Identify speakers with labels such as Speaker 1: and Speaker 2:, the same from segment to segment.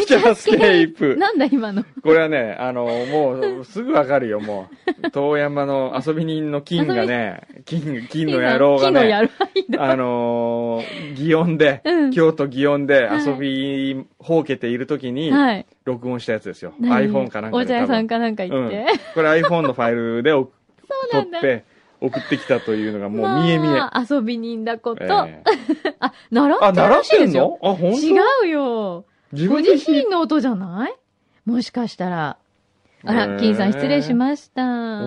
Speaker 1: チャーステープ。
Speaker 2: なんだ今の。
Speaker 1: これはね、もう、すぐわかるよ、もう。遠山の遊び人の金がね、金の野郎がね、祇園で、京都祇園で遊びほうけているときに、録音したやつですよ。iPhone かなんかで。
Speaker 2: お茶屋さんかなんか行って。
Speaker 1: これ iPhone のファイルで撮って送ってきたというのがもう見え見え。
Speaker 2: 遊び人だこと。あ、習ってるらしいですよ。
Speaker 1: あ、本当？
Speaker 2: 違うよ。ご自身の音じゃない？もしかしたら。あら、金さん失礼しました。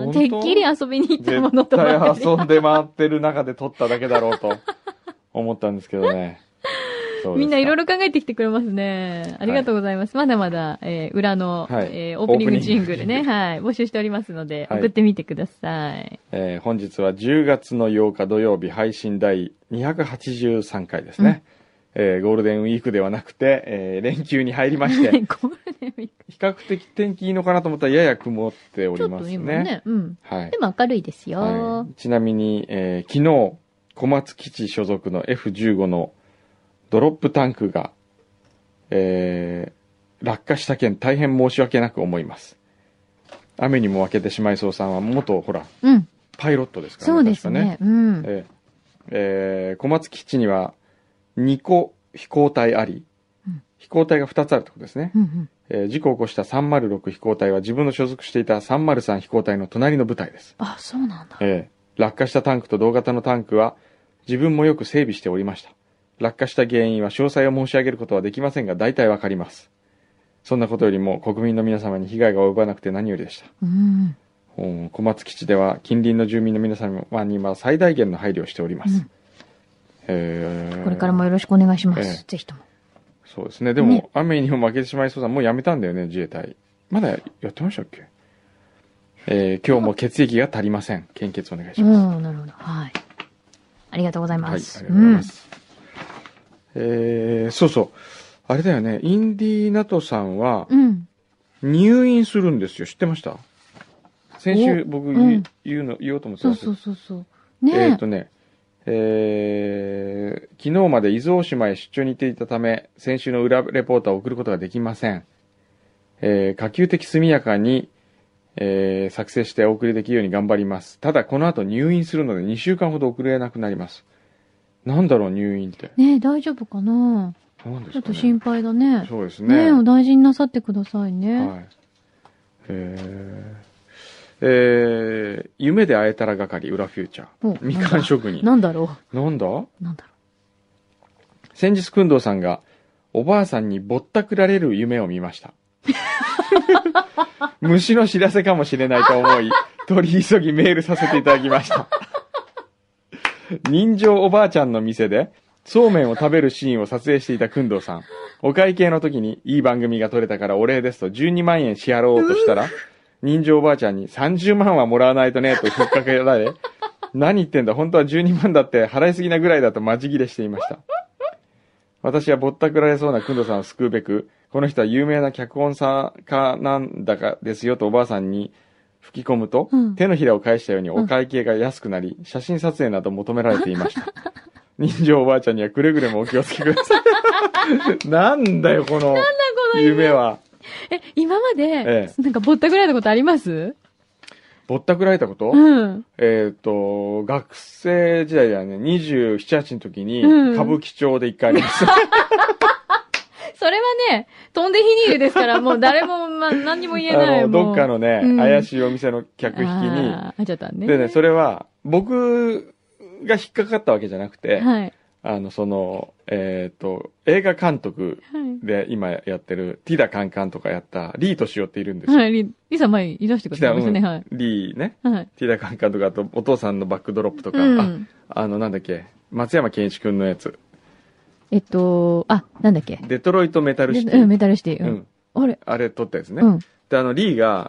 Speaker 2: てっきり遊びに行ったものと
Speaker 1: 絶対遊んで回ってる中で撮っただけだろうと思ったんですけどね。
Speaker 2: みんないろいろ考えてきてくれますね。ありがとうございます。まだまだ、裏の、オープニングジングルね、募集しておりますので、送ってみてください。
Speaker 1: 本日は10月の8日土曜日配信第283回ですね。ゴールデンウィークではなくて、連休に入りまして、比較的天気いいのかなと思ったらやや曇っておりますね。ちょっと今ね。
Speaker 2: でも明るいですよ。
Speaker 1: ちなみに、昨日、小松基地所属の F15 のドロップタンクが、落下した件大変申し訳なく思います。雨にも負けてしまいそうさんは元、ほら、パイロットですからね。
Speaker 2: そうですね。
Speaker 1: 小松基地には2個飛行隊あり、飛行隊が2つあるってことですね。事故を起こした306飛行隊は自分の所属していた303飛行隊の隣の部隊です。
Speaker 2: あ、そうなんだ。
Speaker 1: 落下したタンクと同型のタンクは自分もよく整備しておりました。落下した原因は詳細を申し上げることはできませんが、大体わかります。そんなことよりも国民の皆様に被害が及ばなくて何よりでした。小松基地では近隣の住民の皆様には最大限の配慮をしております。
Speaker 2: これからもよろしくお願いします。ぜひとも。
Speaker 1: そうですね。でも、雨にも負けてしまいそうだ。もうやめたんだよね、自衛隊。まだやってましたっけ？今日も血液が足りません。献血お願いします。
Speaker 2: なるほど。はい。ありがとうございます。
Speaker 1: はい、ありがとうございます。そうそう。あれだよね。インディーナトさんは、入院するんですよ。知ってました？先週僕言おうと思ってたんですよ。
Speaker 2: そう。
Speaker 1: 昨日まで伊豆大島へ出張に行っていたため、先週の裏レポートは送ることができません。可及的速やかに、作成してお送りできるように頑張ります。ただ、この後入院するので2週間ほど送れなくなります。なんだろう、入院って。
Speaker 2: ねえ、大丈夫かな？ちょっと心配だね。
Speaker 1: そうですね。
Speaker 2: お大事になさってくださいね。
Speaker 1: はい。夢で会えたら係、裏フューチャー。みかん職人。
Speaker 2: なんだろ
Speaker 1: う。なんだ先日、くんどうさんが、おばあさんにぼったくられる夢を見ました。虫の知らせかもしれないと思い、取り急ぎメールさせていただきました。人情おばあちゃんの店で、そうめんを食べるシーンを撮影していたくんどうさん。お会計の時に、いい番組が撮れたからお礼ですと12万円支払おうとしたら、人情おばあちゃんに30万はもらわないとね、とふっかけられ、何言ってんだ、本当は12万だって払いすぎなぐらいだとマジ切れしていました。私はぼったくられそうなくんどさんを救うべく、この人は有名な脚本家なんだかですよとおばあさんに吹き込むと、手のひらを返したようにお会計が安くなり、写真撮影など求められていました。人情おばあちゃんにはくれぐれもお気をつけください。なんだよ、この夢は。
Speaker 2: 今まで、なんかぼったくられたことあります？
Speaker 1: ぼったくられたこと？学生時代だよね、27、8の時に、歌舞伎町で一回ありました。
Speaker 2: それはね、飛んで火にいるですから、もう誰も、何にも言えない。
Speaker 1: どっかのね、怪しいお店の客引きに。でね、それは、僕が引っかかったわけじゃなくて、映画監督で今やってる、ティダカンカンとかやったリートシオっているんですよ。
Speaker 2: リーさん前いらしてくださいましたね。
Speaker 1: リーね。ティダカンカンとか、あとお父さんのバックドロップとか、なんだっけ、松山ケンイチ君のやつ。
Speaker 2: なんだっけ。
Speaker 1: デトロイトメタルシティ。
Speaker 2: メタルシティ。
Speaker 1: あれ撮ったやつね。で、リーが、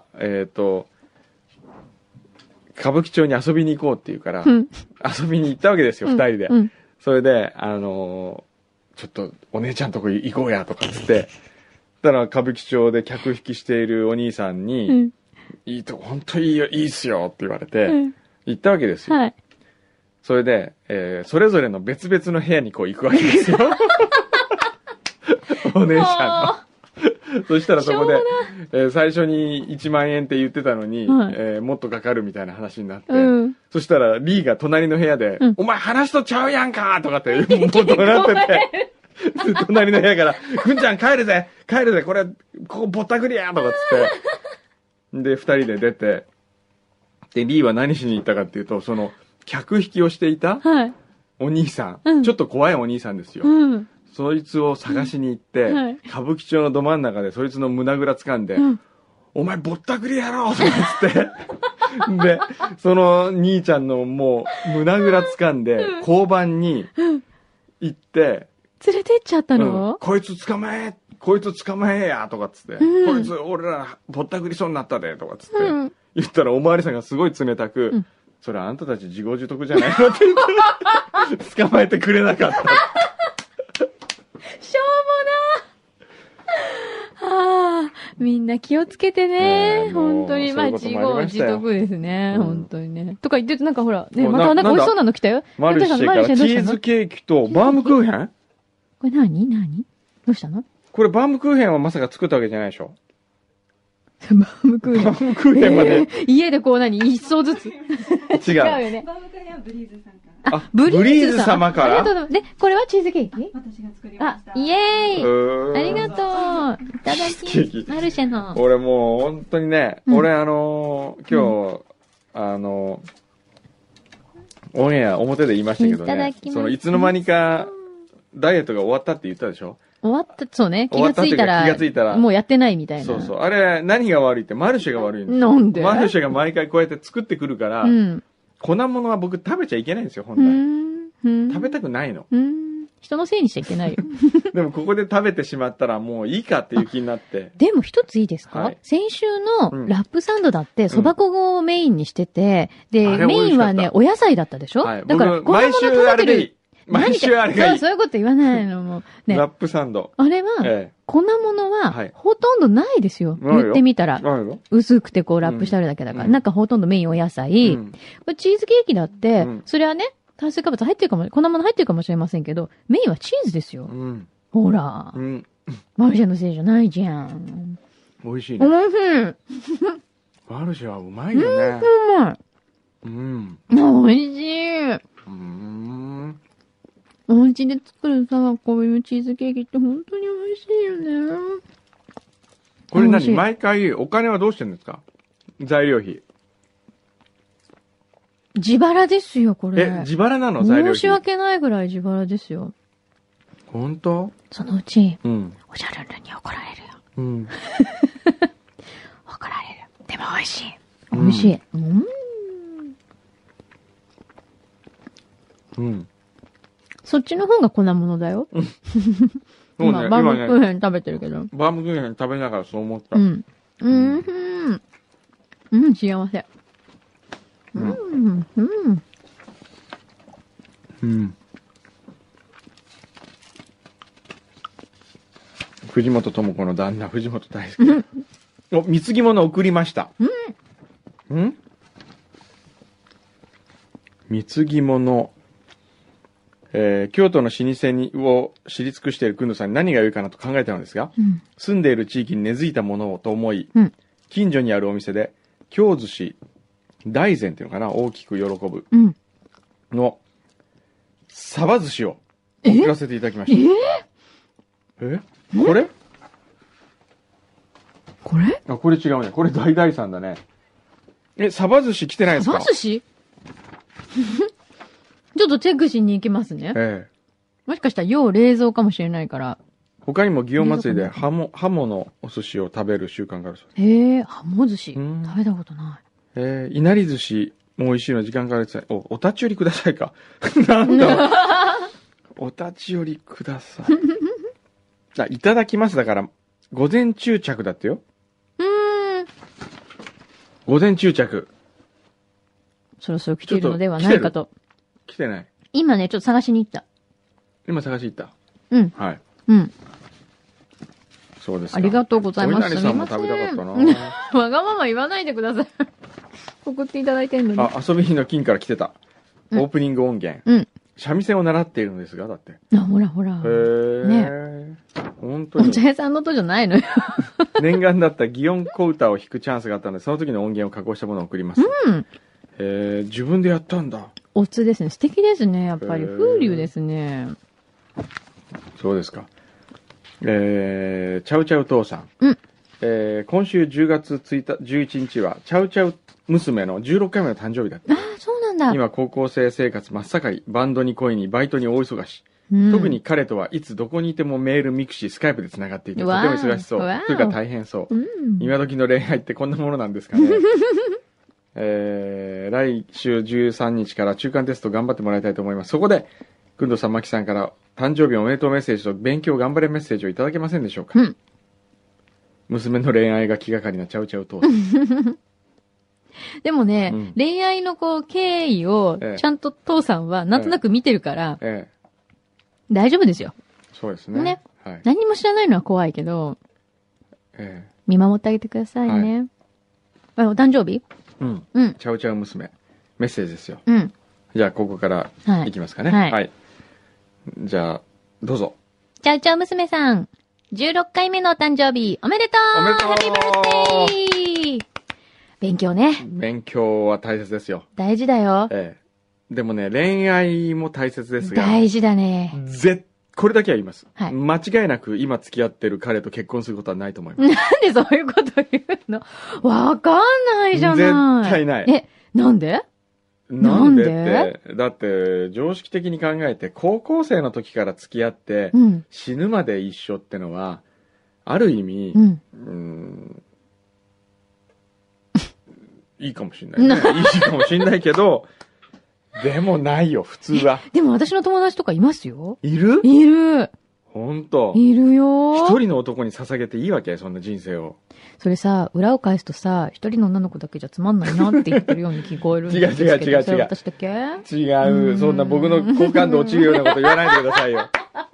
Speaker 1: 歌舞伎町に遊びに行こうって言うから、遊びに行ったわけですよ、二人で。それで、ちょっとお姉ちゃんとこ行こうやとかつって、たら歌舞伎町で客引きしているお兄さんに、いいとこ、ほんといいよ、いいっすよって言われて、行ったわけですよ。それで、それぞれの別々の部屋にこう行くわけですよ。お姉ちゃんの。 そしたらそこで、最初に1万円って言ってたのに、もっとかかるみたいな話になって、そしたらリーが隣の部屋で、お前話とちゃうやんかとかって、もう怒鳴ってて、隣の部屋から、くんちゃん帰るぜこれ、ここぼったくりやとかっつって。で、二人で出て、で、リーは何しに行ったかっていうと、その、客引きをしていた、お兄さん、ちょっと怖いお兄さんですよ。そいつを探しに行って、歌舞伎町のど真ん中でそいつの胸ぐら掴んで、お前ぼったくりやろとかっつって、で、その兄ちゃんのもう胸ぐら掴んで、交番に行って、
Speaker 2: 連れてっちゃったの、
Speaker 1: こいつ捕まえやとかっつって、こいつ俺らぼったくりそうになったでとかっつって、言ったらおまわりさんがすごい冷たく、それあんたたち自業自得じゃないのって言って、捕まえてくれなかった。
Speaker 2: しょうもなはあ、みんな気をつけてね。本当に。まあ、自業自得ですね。本当にね。とか言ってて、なんかほら、ね、またなんか美味しそうなの来たよ。
Speaker 1: マルシェからチーズケーキとバームクーヘン？
Speaker 2: これ何どうしたの？
Speaker 1: これバームクーヘンはまさか作ったわけじゃないでしょ？
Speaker 2: バームクーヘン。
Speaker 1: バームクーヘンまで。
Speaker 2: 家でこう一層ずつ。違うよね。
Speaker 3: バームクーヘンはブリーズさんから。
Speaker 2: ブリーズ
Speaker 1: 様から。
Speaker 2: ありがとうございます。で、これはチーズケーキ？
Speaker 3: 私が作りました。
Speaker 2: イエーイ。ありがとう。いただき。マルシェの。
Speaker 1: 俺もう本当にね、俺今日、オンエア表で言いましたけどね、そのいつの間にかダイエットが終わったって言ったでしょ？
Speaker 2: 終わった、そうね。気がついたら、もうやってないみたいな。
Speaker 1: そうそう。あれ、何が悪いって、マルシェが悪いんですよ。
Speaker 2: なんで？
Speaker 1: マルシェが毎回こうやって作ってくるから、粉物は僕食べちゃいけないんですよ、本来。食べたくないの。
Speaker 2: 人のせいにしちゃいけないよ。
Speaker 1: でもここで食べてしまったらもういいかっていう気になって。
Speaker 2: でも一ついいですか？先週のラップサンドだって蕎麦粉をメインにしてて、で、メインはね、お野菜だったでしょ？だから、
Speaker 1: 毎週あれでいい。毎週あれがいい。
Speaker 2: そういうこと言わないのも。ね。
Speaker 1: ラップサンド。
Speaker 2: あれは、粉物は、ほとんどないですよ。言ってみたら。薄くてこうラップしてあるだけだから。なんかほとんどメインお野菜。チーズケーキだって、それはね、炭水化物入ってるかも、粉物入ってるかもしれませんけど、メインはチーズですよ。ほら。マルシェのせいじゃないじゃん。
Speaker 1: 美味しいね。
Speaker 2: 美味しい。
Speaker 1: マルシェはうまいよね。
Speaker 2: うまい。美味しい。お家で作るさ、こういうチーズケーキって本当に美味しいよね。
Speaker 1: これ何？毎回お金はどうしてるんですか？材料費。
Speaker 2: 自腹ですよ、これ。
Speaker 1: 自腹なの？材料費。
Speaker 2: 申し訳ないぐらい自腹ですよ。
Speaker 1: 本当？
Speaker 2: そのうち、おじゃるるに怒られるよ。怒られる。でも美味しい。美味しい。そっちの方が粉物だよ。今、バームクーヘン食べてるけど。
Speaker 1: バームクーヘン食べながらそう思った。
Speaker 2: 幸せ。
Speaker 1: 藤本智子の旦那、藤本大輔。貢ぎ物送りました。貢ぎ物。京都の老舗を知り尽くしているくんどさんに何が良いかなと考えたのですが、住んでいる地域に根付いたものをと思い、近所にあるお店で京寿司大膳っていうのかな、大きく喜ぶのサバ寿司を送らせていただきました。これこれ違うね。これ大さんだね。サバ寿司来てないですか？
Speaker 2: サバ寿司ちょっとチェックしに行きますね。もしかしたら要冷蔵かもしれないから。
Speaker 1: 他にも祇園祭でハモのお寿司を食べる習慣があるそうです。
Speaker 2: ハモ寿司。食べたことない。
Speaker 1: いなり寿司も美味しいの時間かかるですね。お立ち寄りくださいか。なんだ。お立ち寄りください。いただきますだから、午前中着だってよ。午前中着。
Speaker 2: そろそろ来ているのではないかと。
Speaker 1: 来てない。
Speaker 2: 今ね、ちょっと探しに行った。
Speaker 1: 今探しに行った。はい。そうですか。
Speaker 2: ありがとうございます。
Speaker 1: お稲荷さんも食べたかったな。
Speaker 2: わがまま言わないでください。送っていただいてるのに。
Speaker 1: 遊びの金から来てた。オープニング音源。三味線を習っているのですが、だって。
Speaker 2: ほらほら。
Speaker 1: ね。 本当に。
Speaker 2: お茶屋さんの音じゃないのよ。
Speaker 1: 念願だった擬音小歌を弾くチャンスがあったので、その時の音源を加工したものを送ります。
Speaker 2: うん。
Speaker 1: 自分でやったんだ。
Speaker 2: おつですね。素敵ですね。やっぱり。風流ですね。
Speaker 1: そうですか。チャウチャウ父さん。
Speaker 2: うん。
Speaker 1: 今週10月11日は、チャウチャウ娘の16回目の誕生日だった。
Speaker 2: ああ、そうなんだ。
Speaker 1: 今、高校生生活真っ盛り。バンドに恋に、バイトに大忙し。特に彼とはいつどこにいてもメール、ミクシー、スカイプで繋がっていて、とても忙しそう。というか大変そう。今時の恋愛ってこんなものなんですかね。来週13日から中間テスト頑張ってもらいたいと思います。そこで、くんどさん、まきさんから誕生日おめでとうメッセージと勉強頑張れメッセージをいただけませんでしょうか。娘の恋愛が気がかりなチャウチャウと。
Speaker 2: でもね、恋愛の経緯をちゃんと父さんはなんとなく見てるから、大丈夫ですよ。
Speaker 1: そうですね。
Speaker 2: ね。はい、何も知らないのは怖いけど、見守ってあげてくださいね。はい、お誕生日？
Speaker 1: チャウチャウ娘。メッセージですよ。じゃあ、ここからいきますかね。はい。じゃあ、どうぞ。
Speaker 2: チャウチャウ娘さん、16回目のお誕生日、おめでとう！
Speaker 1: おめでとう！
Speaker 2: ハッピーバースデー！勉強ね。
Speaker 1: 勉強は大切ですよ。
Speaker 2: 大事だよ。
Speaker 1: でもね、恋愛も大切ですが。
Speaker 2: 大事だね。
Speaker 1: これだけは言います。間違いなく今付き合ってる彼と結婚することはないと思います。
Speaker 2: なんでそういうこと言うの？わかんないじゃない。
Speaker 1: 絶対ない。
Speaker 2: なんで？
Speaker 1: なんでって、だって常識的に考えて高校生の時から付き合って、死ぬまで一緒ってのは、ある意味、いいかもしんないね。いいかもしんないけど、でもないよ、普通は。
Speaker 2: でも私の友達とかいますよ。
Speaker 1: いる？
Speaker 2: いる。
Speaker 1: ほんと。
Speaker 2: いるよ。
Speaker 1: 一人の男に捧げていいわけ？そんな人生を。
Speaker 2: それさ、裏を返すとさ、一人の女の子だけじゃつまんないなって言ってるように聞こえるんですけど。
Speaker 1: 違う。
Speaker 2: それ私だけ？
Speaker 1: 違う。そんな僕の好感度落ちるようなこと言わないでくださいよ。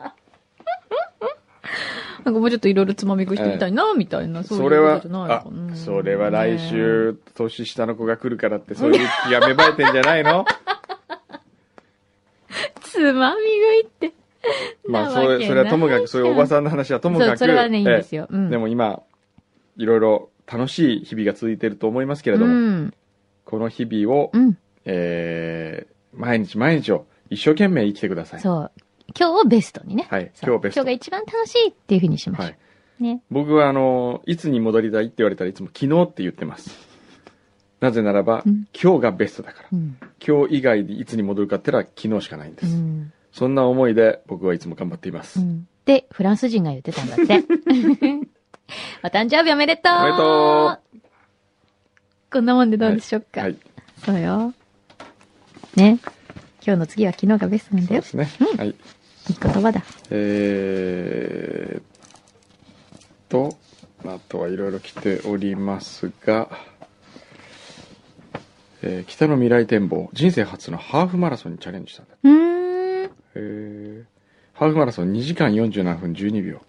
Speaker 2: なんかもうちょっといろいろつまみ食いしてみたいな、みたいな。そういうことじゃないのかな。
Speaker 1: それは来週、年下の子が来るからって、そういう気が芽生えてんじゃないの？
Speaker 2: つまみ食いって。
Speaker 1: まあ、それはともかく、そういうおばさんの話はともかく。
Speaker 2: それはね、いいんですよ。
Speaker 1: でも今、いろいろ楽しい日々が続いていると思いますけれども、この日々を、毎日を一生懸命生きてください。
Speaker 2: そう。今日をベストにね。
Speaker 1: はい。今日をベスト。
Speaker 2: 今日が一番楽しいっていうふうにしましょう。はい。ね。
Speaker 1: 僕はいつに戻りたいって言われたらいつも昨日って言ってます。なぜならば、今日がベストだから。今日以外でいつに戻るかって言ったら昨日しかないんです。そんな思いで僕はいつも頑張っています。
Speaker 2: で、フランス人が言ってたんだって。お誕生日おめでとう！
Speaker 1: おめでとう！
Speaker 2: こんなもんでどうでしょうか？はい。そうよ。ね。今日の次は昨日がベストなんだよ。
Speaker 1: そうですね。はい。いい
Speaker 2: 言葉だ。
Speaker 1: あとはいろいろ来ておりますが、北の未来展望、人生初のハーフマラソンにチャレンジしたんだ。ハーフマラソン2時間47分12秒。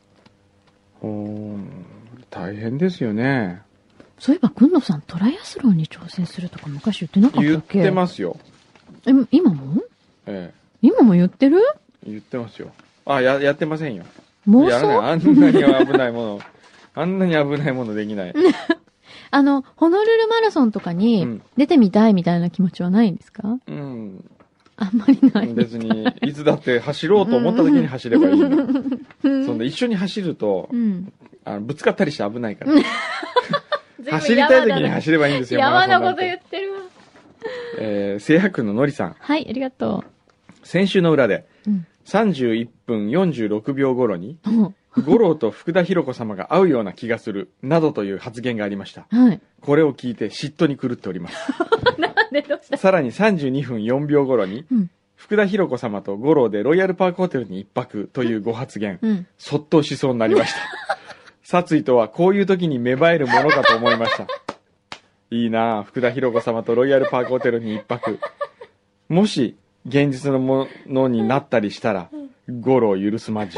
Speaker 1: 大変ですよね。
Speaker 2: そういえば、くんのさん、トライアスロンに挑戦するとか昔言ってなかったっけ？
Speaker 1: 言ってますよ。
Speaker 2: 今も？今も言ってる？
Speaker 1: 言ってますよ。やってませんよ。
Speaker 2: 妄想？
Speaker 1: やらない。あんなに危ないものできない。
Speaker 2: ホノルルマラソンとかに出てみたいみたいな気持ちはないんですか？あんまりない。
Speaker 1: 別に、いつだって走ろうと思った時に走ればいいの。そんで一緒に走ると、ぶつかったりして危ないから。走りたい時に走ればいいんですよ。
Speaker 2: 山なこと言ってるわ。
Speaker 1: 聖白ののりさん。
Speaker 2: はい、ありがと
Speaker 1: う。先週の裏で、31分46秒頃に、五郎と福田博子様が会うような気がする、などという発言がありました。はい。これを聞いて嫉妬に狂っております。
Speaker 2: なんでどうした？
Speaker 1: さらに32分4秒頃に、福田博子様と五郎でロイヤルパークホテルに一泊というご発言、そっとしそうになりました。殺意とはこういう時に芽生えるものかと思いました。いいなぁ、福田博子様とロイヤルパークホテルに一泊。もし、現実のものになったりしたら、五郎許すまじ。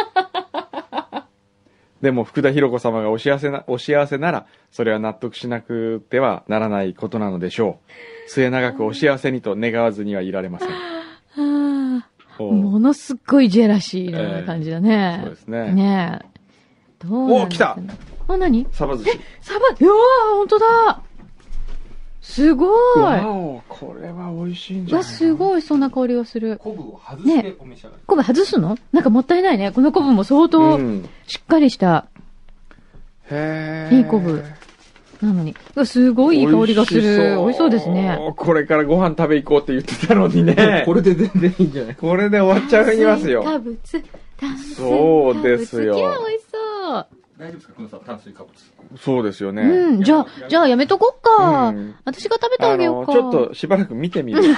Speaker 1: でも福田博子様がお幸せなら、それは納得しなくてはならないことなのでしょう。末永くお幸せにと願わずにはいられません。
Speaker 2: ものすっごいジェラシーな感じだね。
Speaker 1: そうですね。
Speaker 2: ねえ。 どうなん
Speaker 1: お、来た。
Speaker 2: あ、何？
Speaker 1: サバ寿司。
Speaker 2: サバ、うわー、ほんとだ。すごい。
Speaker 1: わお、これは美味しいんじゃない？
Speaker 2: すごい、そんな香りがする。
Speaker 4: 昆布を外してお召し上がり。
Speaker 2: 昆布外すの？なんかもったいないね。この昆布も相当、しっかりした、いい昆布。なのに。すごいいい香りがする。美味しそうですね。
Speaker 1: これからご飯食べ行こうって言ってたのにね。
Speaker 4: これで全然いいんじゃない？
Speaker 1: これで終わっちゃいますよ。
Speaker 2: 炭水化物。
Speaker 1: そうですよ。
Speaker 2: いや、美味しそう。
Speaker 4: 大丈夫ですか、このさ、炭水化物。
Speaker 1: そうですよね。
Speaker 2: うん、じゃあやめとこっか。私が食べてあげようか。
Speaker 1: ちょっとしばらく見てみる。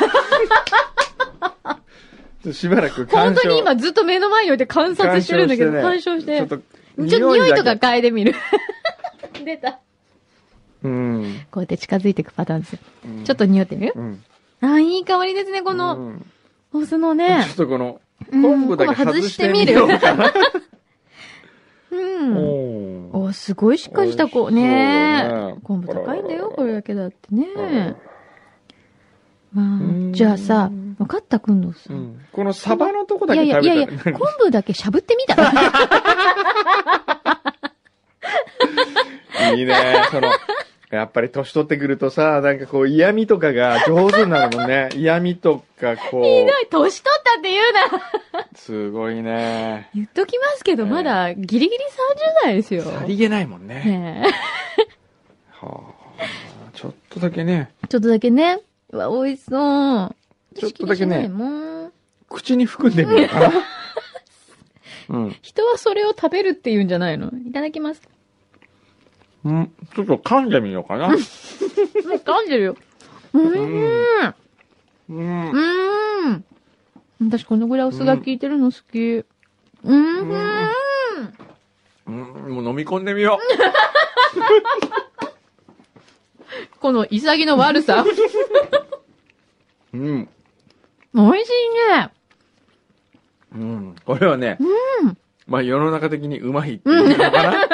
Speaker 1: しばらく
Speaker 2: 本当に今ずっと目の前に置いて観察してるんだけど、鑑賞して。ちょっと匂いとか嗅いでみる。出た。こうやって近づいていくパターンですよ。ちょっと匂ってみる？あ、いい香りですね、この、お酢のね。
Speaker 1: ちょっとこの、昆布だけ外してみようかな。お、す
Speaker 2: ごいしっかりした子ね。昆布高いんだよ、これだけだってね。じゃあさ、分かった、くんどうさん。
Speaker 1: このサバのとこだけ食べたら。いや、
Speaker 2: 昆布だけしゃぶってみたら。
Speaker 1: いいね、やっぱり年取ってくるとさ、なんかこう嫌味とかが上手になるもんね。嫌味とかこう。
Speaker 2: ひどい、年取ったって言うな。
Speaker 1: すごいね。
Speaker 2: 言っときますけど、まだギリギリ30代ですよ。
Speaker 1: さりげないもんね。はあ、ちょっとだけね。
Speaker 2: ちょっとだけね。うわ、美味しそう。
Speaker 1: ちょっとだけね。口に含んでみようかな。
Speaker 2: 人はそれを食べるって言うんじゃないの？いただきます。
Speaker 1: ちょっと噛んでみようかな。
Speaker 2: 噛んでるよ。私このぐらいお酢が効いてるの好き。も
Speaker 1: う飲み込んでみよ
Speaker 2: う。この潔の悪さ。美味しいね。
Speaker 1: これはね、まあ世の中的にうまいっていうのかな。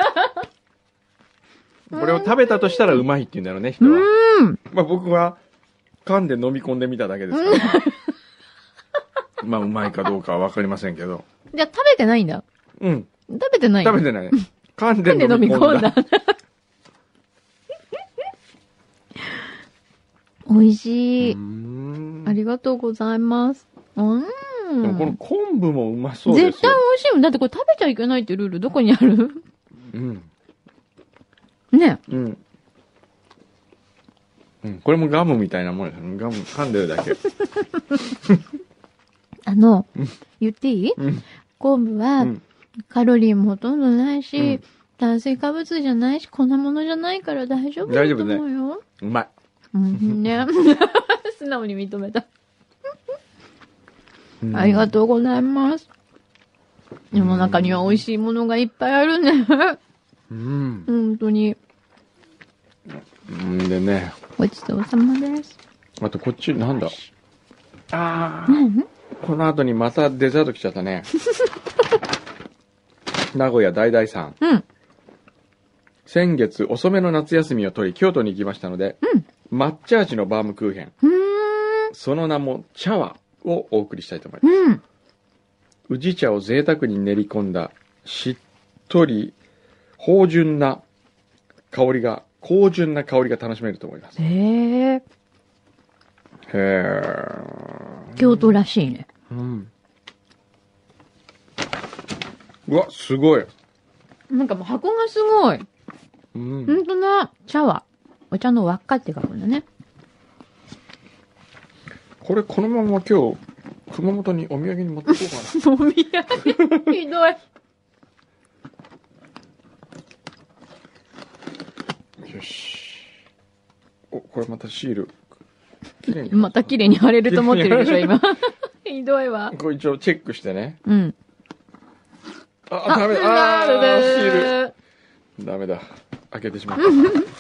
Speaker 1: これを食べたとしたらうまいって言うんだろうね、人は。まあ僕は噛んで飲み込んでみただけですから、ね。まあうまいかどうかはわかりませんけど。
Speaker 2: じゃあ食べてないんだ。食べてない。
Speaker 1: 食べてない。噛んで飲み込んだ。美
Speaker 2: 味しい。ありがとうございます。
Speaker 1: でもこの昆布もうまそうですよ。
Speaker 2: 絶対美味しいもん。だってこれ食べちゃいけないってルールどこにある？ね。
Speaker 1: これもガムみたいなもんです。ガム噛んでるだけ。
Speaker 2: 言っていい？昆布はカロリーもほとんどないし、炭水化物じゃないし、粉物じゃないから大丈夫だと思うよ。
Speaker 1: うまい。
Speaker 2: ね。素直に認めた。ありがとうございます。世の中には美味しいものがいっぱいあるね。本当に。
Speaker 1: でね。
Speaker 2: ごちそうさまです。
Speaker 1: あとこっちなんだ。この後にまたデザート来ちゃったね。名古屋大々さん。先月遅めの夏休みを取り京都に行きましたので、抹茶味のバームクーヘン。その名も茶和をお送りしたいと思います。宇治茶を贅沢に練り込んだしっとり芳醇な香りが楽しめると思います。
Speaker 2: 京都らしいね。
Speaker 1: うわ、すごい。
Speaker 2: なんかもう箱がすごい。ほんとな、茶和。お茶の輪っかって書くんだね。
Speaker 1: これこのまま今日熊本にお土産に持ってこうかな。
Speaker 2: お土産ひどい。
Speaker 1: よし。お、これまたシール。
Speaker 2: また綺麗に貼れると思ってるでしょ、今。ひどいわ。
Speaker 1: これ一応チェックしてね。
Speaker 2: ダメ
Speaker 1: だ。シール。ダメだ。開けてしまった。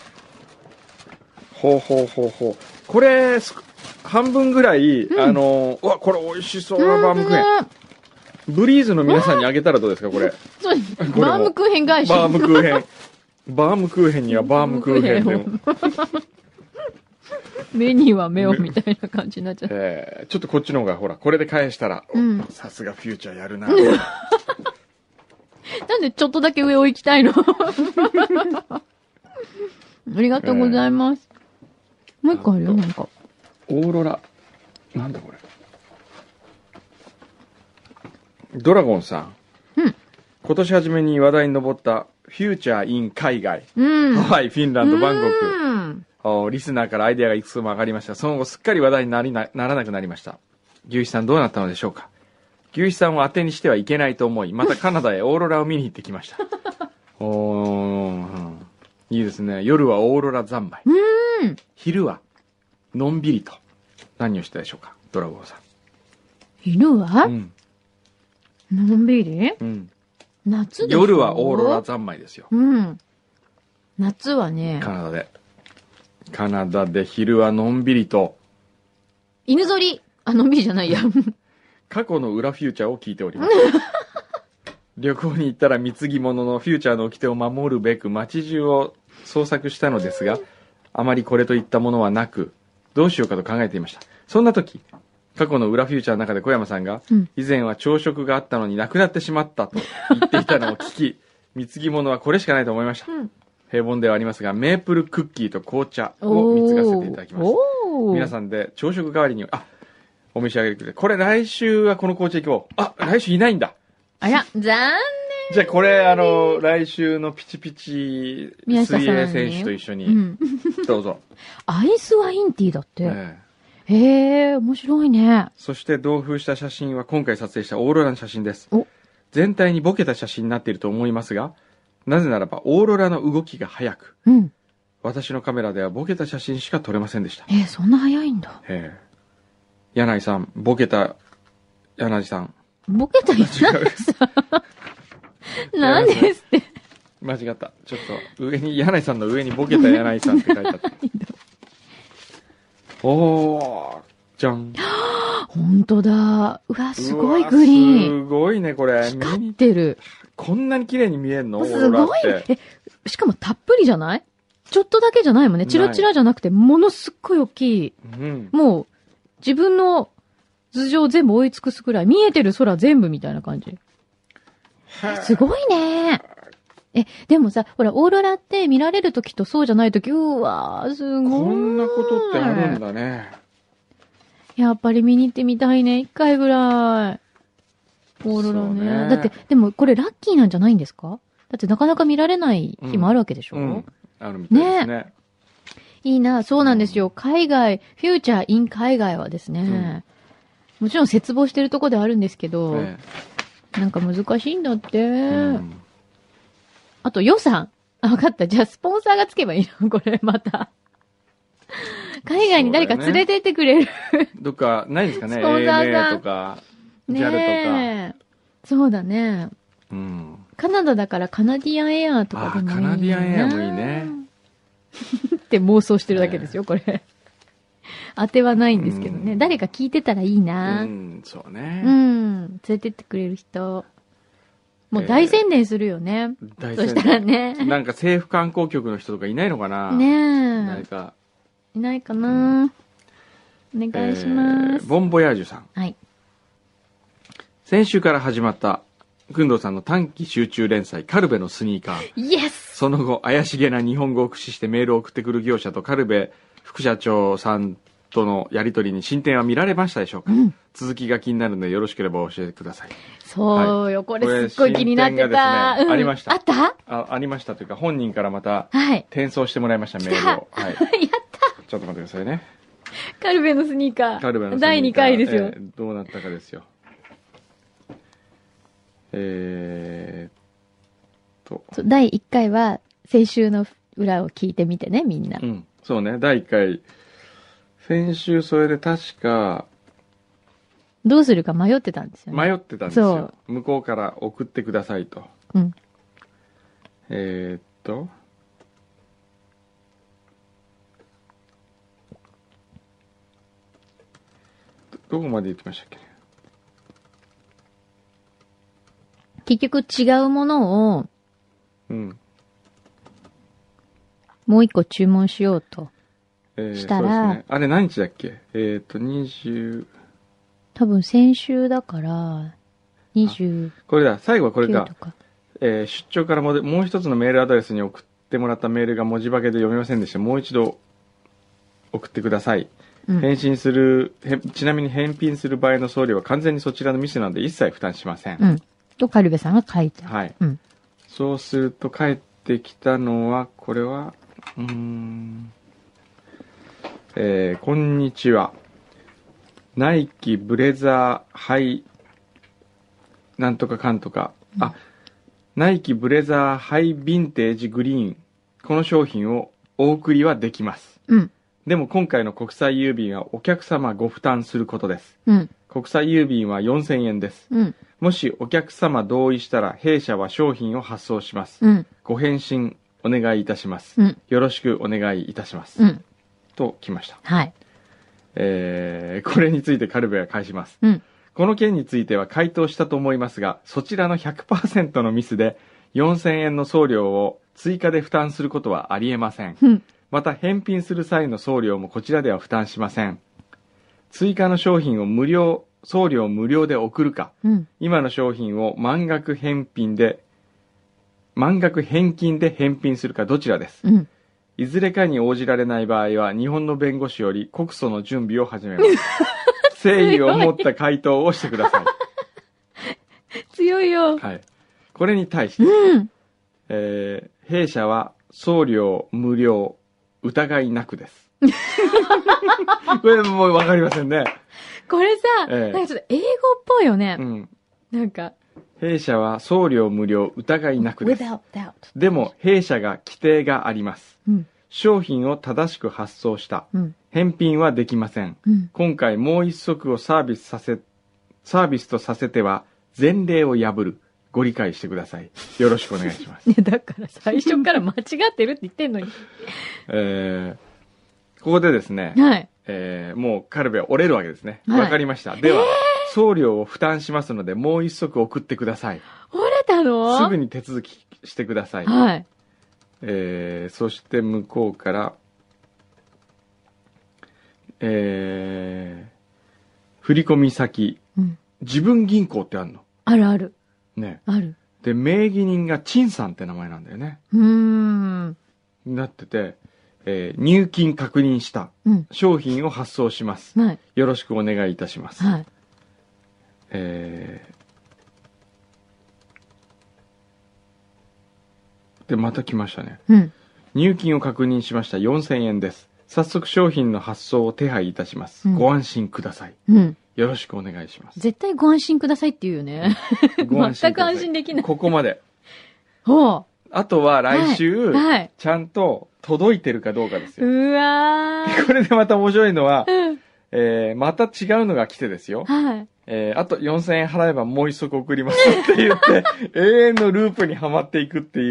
Speaker 1: ほう。これ、半分ぐらい、うわ、これ美味しそうなバームクーヘン。ブリーズの皆さんにあげたらどうですか、これ。
Speaker 2: そうバームクーヘン返し。
Speaker 1: バームクーヘンにはバームクーヘンでも。
Speaker 2: 目には目をみたいな感じになっちゃう。
Speaker 1: ちょっとこっちの方が、ほら、これで返したら、さすがフューチャーやるな。
Speaker 2: なんでちょっとだけ上を行きたいのありがとうございます。もう一個あるよ、なんか。
Speaker 1: オーロラ。なんだこれ。ドラゴンさん。
Speaker 2: うん。
Speaker 1: 今年初めに話題に上った、フューチャーイン海外。ハワイ、フィンランド、バンコク。リスナーからアイデアがいくつも上がりました。その後すっかり話題にならなくなりました。牛肥さんどうなったのでしょうか。牛肥さんを当てにしてはいけないと思い、またカナダへオーロラを見に行ってきました。いいですね。夜はオーロラ三昧。昼はのんびりと。何をしたでしょうか、ドラゴンさん。
Speaker 2: 昼は、のんびり、夏でしょ。
Speaker 1: 夜はオーロラ三昧ですよ。
Speaker 2: 夏はね。
Speaker 1: カナダで昼はのんびりと。
Speaker 2: 犬ぞり。のんびりじゃないや。
Speaker 1: 過去の裏フューチャーを聞いております。旅行に行ったら貢ぎ物のフューチャーの掟を守るべく街中を捜索したのですが、あまりこれといったものはなく、どうしようかと考えていました。そんな時、過去の裏フューチャーの中で小山さんが、以前は朝食があったのになくなってしまったと言っていたのを聞き、貢ぎ物はこれしかないと思いました。平凡ではありますが、メープルクッキーと紅茶を貢がせていただきます。皆さんで朝食代わりに、お召し上がりください。これ来週はこの紅茶行こう。来週いないんだ。
Speaker 2: あら、残念。
Speaker 1: じゃあこれ来週のピチピチ水泳選手と一緒に、どうぞ。
Speaker 2: アイスワインティーだって。へえ、面白いね。
Speaker 1: そして同封した写真は今回撮影したオーロラの写真です。全体にボケた写真になっていると思いますが、なぜならばオーロラの動きが速く、私のカメラではボケた写真しか撮れませんでした。
Speaker 2: そんな速いんだ。
Speaker 1: 柳井さん、ボケた柳井さん。
Speaker 2: ボケた柳井さん何ですって。
Speaker 1: 間違った。ちょっと上に、柳井さんの上にボケた柳井さんって書いてあった。じゃん。
Speaker 2: 本当だ。うわ、すごいグリー
Speaker 1: ン。すごいね、これ。
Speaker 2: 光ってる。
Speaker 1: こんなに綺麗に見えんの？
Speaker 2: すごい。しかもたっぷりじゃない？ちょっとだけじゃないもんね。チラチラじゃなくて、ものすっごい大きい。もう、自分の頭上全部追い尽くすくらい、見えてる空全部みたいな感じ。すごいね。でもさ、ほら、オーロラって見られるときとそうじゃないとき、うわー、すごい。
Speaker 1: こんなことってあるんだね。
Speaker 2: やっぱり見に行ってみたいね、一回ぐらい。オーロラね。だって、でもこれラッキーなんじゃないんですか？だってなかなか見られない日もあるわけでしょ？
Speaker 1: あるみたいですね。
Speaker 2: いいな、そうなんですよ。海外、フューチャーイン海外はですね、もちろん絶望してるとこではあるんですけど、なんか難しいんだって。あと予算。わかった。じゃあスポンサーがつけばいいのこれまた。海外に誰か連れてってくれる。
Speaker 1: どっかないですかね。
Speaker 2: スポンサーさん
Speaker 1: ANA とか、JAL とか。
Speaker 2: そうだね。カナダだからカナディアンエアーとかでもいい。
Speaker 1: カナディアンエアーもいいね。
Speaker 2: って妄想してるだけですよ、これ。当てはないんですけどね。誰か聞いてたらいいな。
Speaker 1: そうね。
Speaker 2: 連れてってくれる人。もう大宣伝するよね。そしたらね。
Speaker 1: なんか政府観光局の人とかいないのかな？誰か。
Speaker 2: いないかな？お願いします。
Speaker 1: ボンボヤージュさん。
Speaker 2: はい。
Speaker 1: 先週から始まった、工藤さんの短期集中連載、カルベのスニーカー。
Speaker 2: イエス！
Speaker 1: その後、怪しげな日本語を駆使してメールを送ってくる業者とカルベ副社長さんとのやりとりに進展は見られましたでしょうか？続きが気になるのでよろしければ教えてください。
Speaker 2: そうよ、これすっごい気になってた。
Speaker 1: ありました。
Speaker 2: あった？
Speaker 1: ありましたというか、本人からまた、転送してもらいました、メールを。
Speaker 2: やった。
Speaker 1: ちょっと待ってくださいね。
Speaker 2: カルベのスニーカー。
Speaker 1: カルベのスニーカー。
Speaker 2: 第2回ですよ。
Speaker 1: どうなったかですよ。
Speaker 2: 第1回は、先週の裏を聞いてみてね、みんな。
Speaker 1: そうね、第1回。先週、それで確か、
Speaker 2: どうするか迷ってたんですよね。
Speaker 1: 迷ってたんですよ。向こうから送ってくださいと。どこまで言ってましたっけ？
Speaker 2: 結局違うものを、もう一個注文しようとしたら、
Speaker 1: あれ何日だっけ？20
Speaker 2: 多分先週だから、20。
Speaker 1: これだ、最後はこれか。 出張からもう一つのメールアドレスに送ってもらったメールが文字化けで読めませんでした。もう一度送ってください。ちなみに返品する場合の送料は完全にそちらのミスなので一切負担しません。
Speaker 2: と、カルベさんが書いてある。
Speaker 1: はい。そうすると帰ってきたのは、これは、こんにちは。ナイキブレザーハイ、なんとかかんとか。ナイキブレザーハイヴィンテージグリーン。この商品をお送りはできます。でも今回の国際郵便はお客様ご負担することです。国際郵便は4000円です。もしお客様同意したら弊社は商品を発送します。ご返信お願いいたします。よろしくお願いいたします。と来ました。
Speaker 2: はい。
Speaker 1: これについてカルベは返します。この件については回答したと思いますが、そちらの 100% のミスで4000円の送料を追加で負担することはありえません。また返品する際の送料もこちらでは負担しません。追加の商品を送料無料で送るか、今の商品を満額返金で返品するかどちらです。いずれかに応じられない場合は日本の弁護士より告訴の準備を始めます。誠意を持った回答をしてください。
Speaker 2: 強いよ。
Speaker 1: はい。これに対して、弊社は送料無料疑いなくです。これもうわかりませんね。
Speaker 2: これさ、なんかちょっと英語っぽいよね。なんか。
Speaker 1: 弊社は送料無料疑いなくです。でも弊社が規定があります。商品を正しく発送した。返品はできません。今回もう一足をサービスとさせては前例を破る。ご理解してください。よろしくお願いします。
Speaker 2: だから最初から間違ってるって言ってんのに。
Speaker 1: ここでですね、もうカルベは折れるわけですね。わかりました。では、送料を負担しますので、もう一足送ってください。
Speaker 2: 折れたの？
Speaker 1: すぐに手続きしてください。そして向こうから、振込先、自分銀行ってあるの？
Speaker 2: あるある。
Speaker 1: ね。
Speaker 2: ある。
Speaker 1: で、名義人が陳さんって名前なんだよね。なってて、入金確認した。商品を発送します。よろしくお願いいたします。で、また来ましたね。入金を確認しました。4000円です。早速商品の発送を手配いたします。ご安心ください。よろしくお願いします。
Speaker 2: 絶対ご安心くださいって言うよね。全く安心できない。
Speaker 1: ここまで。あとは来週、ちゃんと届いてるかどうかですよ。
Speaker 2: うわー。
Speaker 1: これでまた面白いのは、また違うのが来てですよ。あと4000円払えばもう一足送りますって言って、永遠のループにはまっていくっていう。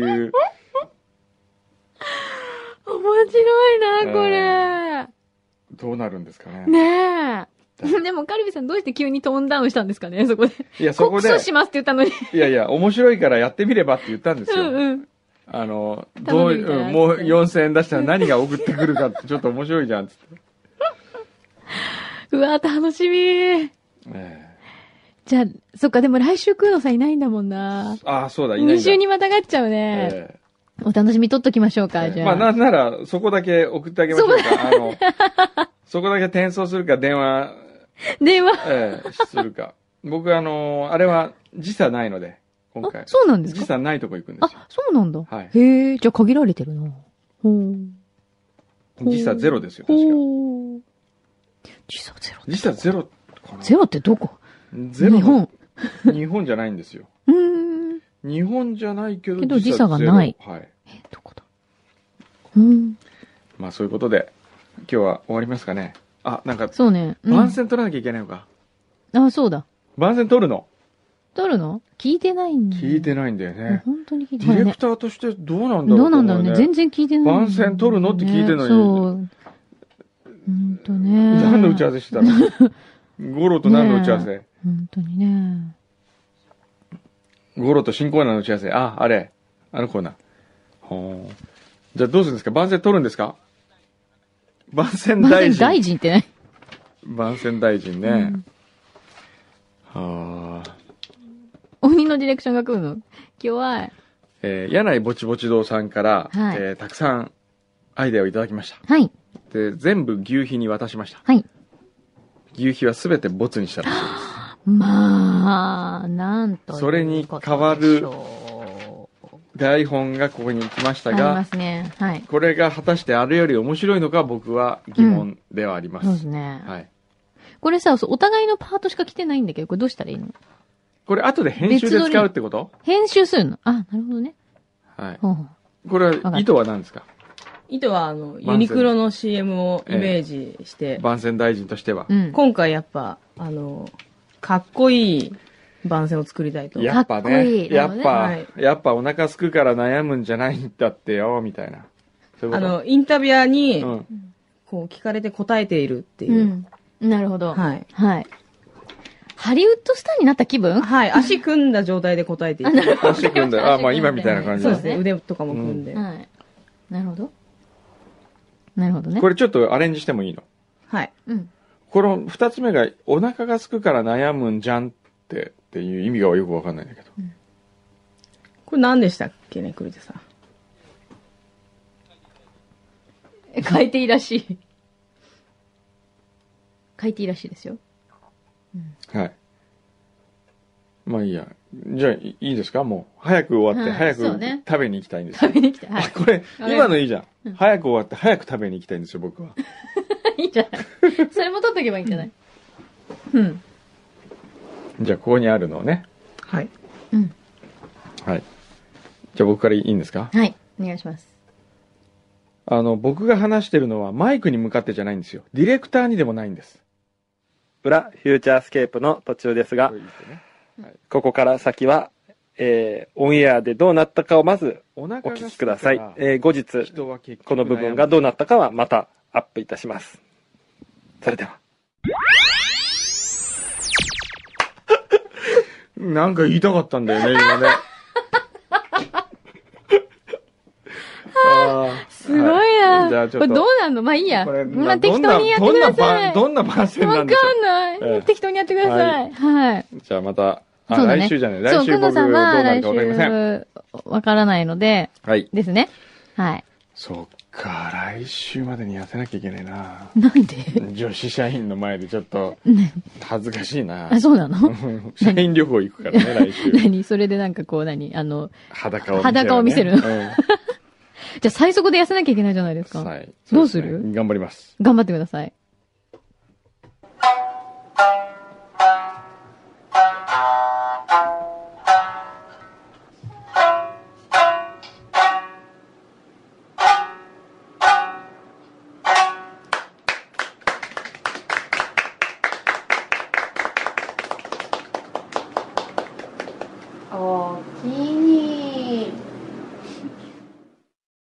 Speaker 2: 面白いな、これ。
Speaker 1: どうなるんですかね。
Speaker 2: ねえ。でも、カルビさんどうして急にトーンダウンしたんですかね、そこで。
Speaker 1: いや、そこで。
Speaker 2: 告訴しますって言ったのに。
Speaker 1: いやいや、面白いからやってみればって言ったんですよ。もう4000円出したら何が送ってくるかってちょっと面白いじゃん、つって。
Speaker 2: うわ、楽しみ。じゃあ、そっか、でも来週クーノさんいないんだもんな。
Speaker 1: そうだ、いないんだ。
Speaker 2: 2週にまたがっちゃうね。お楽しみ取っときましょうか、じゃあ。
Speaker 1: なんなら、そこだけ送ってあげましょうか。そこだけ転送するか、電話。するか。僕、あれは時差ないので、今回。
Speaker 2: そうなんですか？
Speaker 1: 時差ないとこ行くんですよ。
Speaker 2: そうなんだ。へえ、じゃあ限られてるな。
Speaker 1: 時差ゼロですよ、確か。
Speaker 2: 時差ゼロ。
Speaker 1: 時差ゼロかな。
Speaker 2: ゼロってどこ？
Speaker 1: ゼロ。日本。日本じゃないんですよ。日本じゃないけど
Speaker 2: 時差がない。どこだ？
Speaker 1: まあそういうことで、今日は終わりますかね。なんか、
Speaker 2: そうね。
Speaker 1: 番宣取らなきゃいけないのか。
Speaker 2: そうだ。
Speaker 1: 番宣取るの？
Speaker 2: 取るの？聞いてないんだよ。
Speaker 1: 聞いてないんだよね。
Speaker 2: 本当に聞いてない。
Speaker 1: ディレクターとしてどうなんだろう。
Speaker 2: どうなんだろうね。全然聞いてない。
Speaker 1: 番宣取るのって聞いてるのに。
Speaker 2: そう。ね。
Speaker 1: 何の打ち合わせしてたの？ゴロと何の打ち合わせ？
Speaker 2: 本当にね。
Speaker 1: ゴロと新コーナーの打ち合わせ。あれ。あのコーナー。じゃあどうするんですか？番宣取るんですか？番宣大臣。
Speaker 2: 大臣ってね。
Speaker 1: 番宣大臣ね。
Speaker 2: 鬼ののディレクションが来るの弱い。
Speaker 1: 柳井ぼちぼち堂さんから、
Speaker 2: はい、
Speaker 1: たくさんアイデアをいただきました。
Speaker 2: はい。
Speaker 1: で、全部牛皮に渡しました。
Speaker 2: はい。
Speaker 1: 牛皮はすべてボツにしたらしいです。
Speaker 2: まあ、なんと。
Speaker 1: それに代わる台本がここに来ましたが、
Speaker 2: ありますね。はい。
Speaker 1: これが果たしてあれより面白いのか僕は疑問ではあります。
Speaker 2: そうですね。
Speaker 1: はい。
Speaker 2: これさ、お互いのパートしか来てないんだけど、これどうしたらいいの？
Speaker 1: これ後で編集で使うってこと？
Speaker 2: 編集するの？あ、なるほどね。
Speaker 1: はい。これは意図は何ですか？
Speaker 5: 意図はユニクロの CM をイメージして、
Speaker 1: 番宣大臣としては、
Speaker 5: 今回やっぱかっこいい番宣を作りたいと。
Speaker 1: やっぱね、やっぱお腹すくから悩むんじゃないんだってよみたいな。
Speaker 5: インタビュアーに、こう聞かれて答えているっていう。
Speaker 2: なるほど。
Speaker 5: はい。
Speaker 2: はい。ハリウッドスターになった気分？
Speaker 5: はい。足組んだ状態で答えている。
Speaker 1: 足組んだ。まあ今みたいな感じ
Speaker 5: そうですね。腕とかも組んで。
Speaker 2: はい。なるほど。なるほどね。
Speaker 1: これちょっとアレンジしてもいいの？
Speaker 5: はい。
Speaker 1: この二つ目が、お腹がすくから悩むんじゃんっていう意味がよくわかんないんだけど。
Speaker 5: これ何でしたっけね、クルテさん。
Speaker 2: 書いていいらしい。書いていいらしいですよ。
Speaker 1: はい。まあいいや。じゃあいいですか？もう。早く終わって、早く食べに行きたいんです。
Speaker 2: 食べに行きたい。はい。
Speaker 1: これ、今のいいじゃん。早く終わって、早く食べに行きたいんですよ、僕は。
Speaker 2: いいじゃない。それも取っとけばいいんじゃない？
Speaker 1: じゃあ、ここにあるのをね。
Speaker 5: はい。
Speaker 1: はい。じゃあ、僕からいいんですか？
Speaker 2: はい。お願いします。
Speaker 1: 僕が話してるのはマイクに向かってじゃないんですよ。ディレクターにでもないんです。
Speaker 6: 裏フューチャースケープの途中ですが、ここから先は、オンエアでどうなったかをまずお聞きください。後日、この部分がどうなったかはまたアップいたします。それでは。
Speaker 1: なんか言いたかったんだよね、今ね。
Speaker 2: すごいな。じゃあちょっと。これどうなんの？まあいいや。まあ適当にやってください。
Speaker 1: どんな番宣なんでしょう？
Speaker 2: わかんない。適当にやってください。はい。
Speaker 1: じゃあまた、来週じゃない。来週僕どうなるかわかりません。
Speaker 2: わからないので、
Speaker 1: はい。
Speaker 2: ですね。はい。
Speaker 1: そっか、来週までに痩せなきゃいけないな。
Speaker 2: なんで？
Speaker 1: 女子社員の前でちょっと、恥ずかしいな。
Speaker 2: あ、そうなの？
Speaker 1: 社員旅行行くからね、来週。
Speaker 2: 何？それでなんかこう
Speaker 1: 裸
Speaker 2: を見せるの？じゃあ最速で痩せなきゃいけないじゃないですか。はい。どうする？
Speaker 1: 頑張ります。
Speaker 2: 頑張ってください。おきに。